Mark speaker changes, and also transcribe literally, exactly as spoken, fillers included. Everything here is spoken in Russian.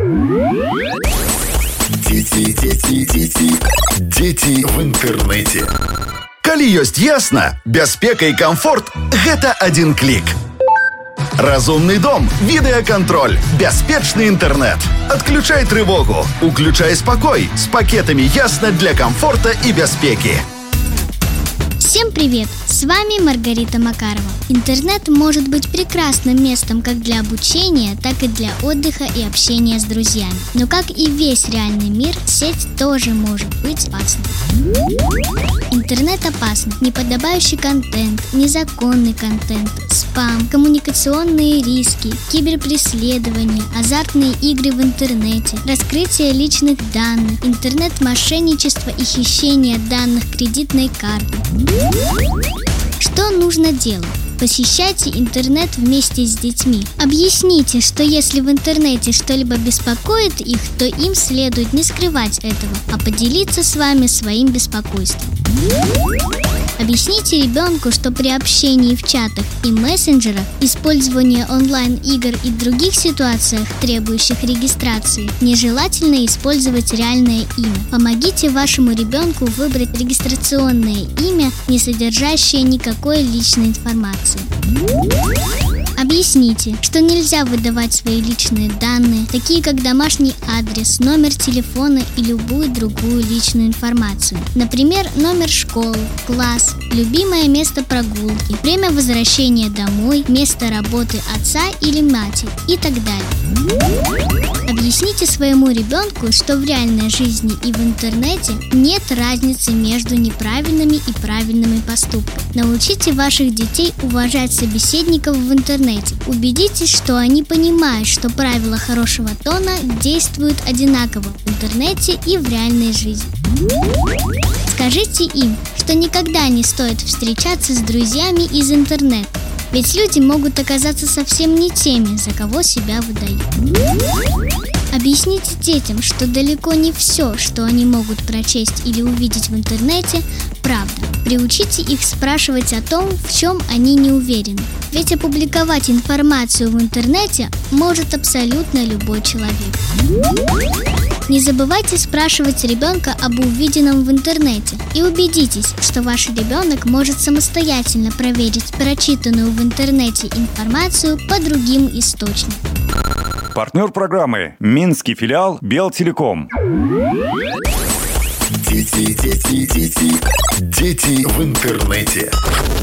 Speaker 1: Дети, дети, дети, дети в интернете. Калі ёсць ясна, бяспека і камфорт – гэта адзін клік. Разумны дом, відэакантроль, бяспечны інтэрнэт. Адключай трывогу, уключай спакой с пакетами ясна для комфорта и бяспеки.
Speaker 2: Всем привет! С вами Маргарита Макарова. Интернет может быть прекрасным местом как для обучения, так и для отдыха и общения с друзьями. Но как и весь реальный мир, сеть тоже может быть опасной. Интернет опасен. Неподобающий контент, незаконный контент, спам, коммуникационные риски, киберпреследование, азартные игры в интернете, раскрытие личных данных, интернет-мошенничество и хищение данных кредитной карты. Что нужно делать? Посещайте интернет вместе с детьми. Объясните, что если в интернете что-либо беспокоит их, то им следует не скрывать этого, а поделиться с вами своим беспокойством. Объясните ребенку, что при общении в чатах и мессенджерах, использовании онлайн-игр и других ситуациях, требующих регистрации, нежелательно использовать реальное имя. Помогите вашему ребенку выбрать регистрационное имя, не содержащее никакой личной информации. Объясните, что нельзя выдавать свои личные данные, такие как домашний адрес, номер телефона и любую другую личную информацию. Например, номер школы, класс, любимое место прогулки, время возвращения домой, место работы отца или матери и так далее. Объясните своему ребенку, что в реальной жизни и в интернете нет разницы между неправильными и правильными поступками. Научите ваших детей уважать собеседников в интернете. Убедитесь, что они понимают, что правила хорошего тона действуют одинаково в интернете и в реальной жизни. Скажите им, что никогда не стоит встречаться с друзьями из интернета, ведь люди могут оказаться совсем не теми, за кого себя выдают. Объясните детям, что далеко не все, что они могут прочесть или увидеть в интернете, правда. Приучите их спрашивать о том, в чем они не уверены. Ведь опубликовать информацию в интернете может абсолютно любой человек. Не забывайте спрашивать ребенка об увиденном в интернете и убедитесь, что ваш ребенок может самостоятельно проверить прочитанную в интернете информацию по другим источникам.
Speaker 3: Партнер программы – Минский филиал Белтелеком.
Speaker 1: Дети, дети, дети, дети в интернете.